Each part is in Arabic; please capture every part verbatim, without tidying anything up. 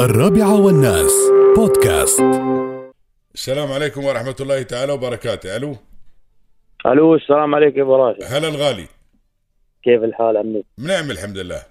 الرابعة والناس بودكاست. السلام عليكم ورحمة الله تعالى وبركاته. ألو الو السلام عليكم يا ابو راشد. هلا الغالي، كيف الحال عمي؟ بنعم الحمد لله.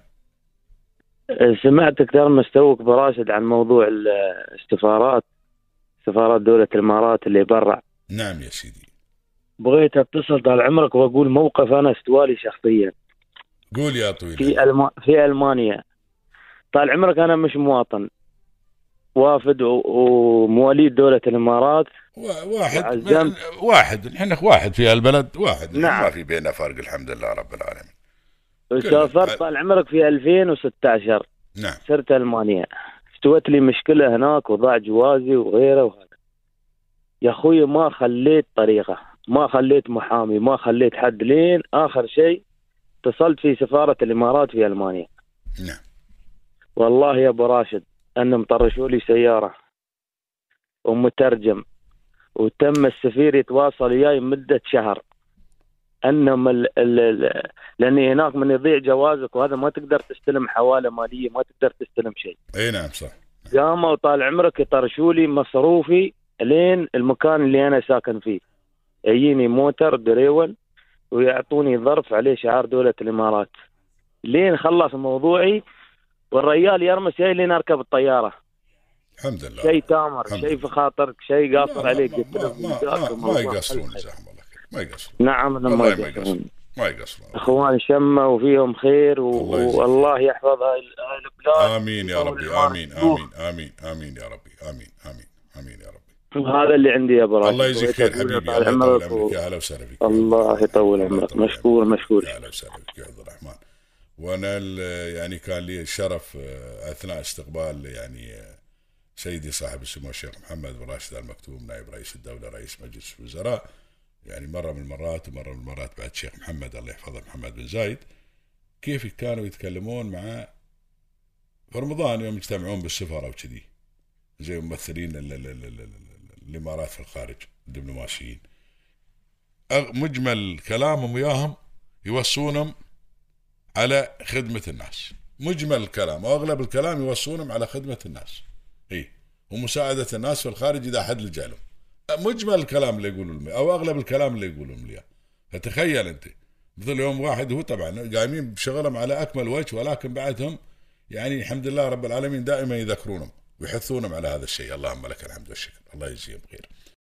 سمعتك ترى مستوك ابو راشد عن موضوع الاستفارات، استفارات دولة الامارات اللي برا. نعم يا سيدي. بغيت اتصل طال عمرك واقول موقف انا استوالي شخصيا. قول يا طويل. في الم... في المانيا. طال عمرك انا مش مواطن، وافد و... ومواليد دولة الامارات. واحد من... واحد نحن واحد في البلد واحد. نعم. ما في بيننا فرق الحمد لله رب العالمين. سافرت طال عمرك في ألفين وستة عشر. نعم. صرت المانيا، استوت لي مشكلة هناك وضاع جوازي وغيره وهذا. يا اخوي ما خليت طريقة، ما خليت محامي، ما خليت حد، لين اخر شيء اتصلت في سفارة الامارات في المانيا. نعم. والله يا ابو راشد انهم طرشوا لي سيارة ومترجم، وتم السفير يتواصل وياي مدة شهر انهم ال ال ال لاني هناك من يضيع جوازك وهذا ما تقدر تستلم حوالة مالية، ما تقدر تستلم شيء. اي نعم صح. قاموا وطال عمرك يطرشوا لي مصروفي لين المكان اللي انا ساكن فيه، يجيني موتر دريول ويعطوني ظرف عليه شعار دولة الامارات، لين خلص موضوعي والرجال يرمس جاي لين اركب الطيارة. الحمد لله. شيء تامر، شيء في خاطرك، شيء قاصر عليك. ما, ما, ما, ما, ما يقصرون جزاهم الله خير، ما يقصرون. نعم ما يقصرون، ما يقصرون. اخوان شمة وفيهم خير و... والله يحفظ هاي البلاد. امين يا ربي، امين امين امين امين يا ربي، امين امين امين يا ربي. هذا اللي عندي يا ابو راشد. الله يجزيك خير حبيبي، الله يطول عمرك و... يا هلا وسهلا فيك. الله يطول عمرك، مشكور مشكور. يا هلا وسهلا فيك يا عبد الرحمن. وانا يعني كان لي الشرف اثناء استقبال يعني سيدي صاحب السمو الشيخ محمد بن راشد آل مكتوم نائب رئيس الدولة رئيس مجلس الوزراء، يعني مرة من المرات ومرة من المرات بعد الشيخ محمد الله يحفظه محمد بن زايد، كيف كانوا يتكلمون مع في رمضان يوم يجتمعون بالسفارة وكذي زي ممثلين الإمارات في الخارج الدبلوماسيين، مجمل كلامهم وياهم يوصونهم على خدمة الناس، مجمل الكلام واغلب الكلام يوصونهم على خدمة الناس اي ومساعدة الناس في الخارج اذا حد لجأ لهم، مجمل الكلام اللي يقولون لي او اغلب الكلام اللي يقولون لي. فتخيل انت مثل يوم واحد هو طبعا قايمين بشغلهم على اكمل وجه، ولكن بعدهم يعني الحمد لله رب العالمين دائما يذكرونهم ويحثونهم على هذا الشيء. اللهم لك الحمد والشكر، الله يجزيهم خير.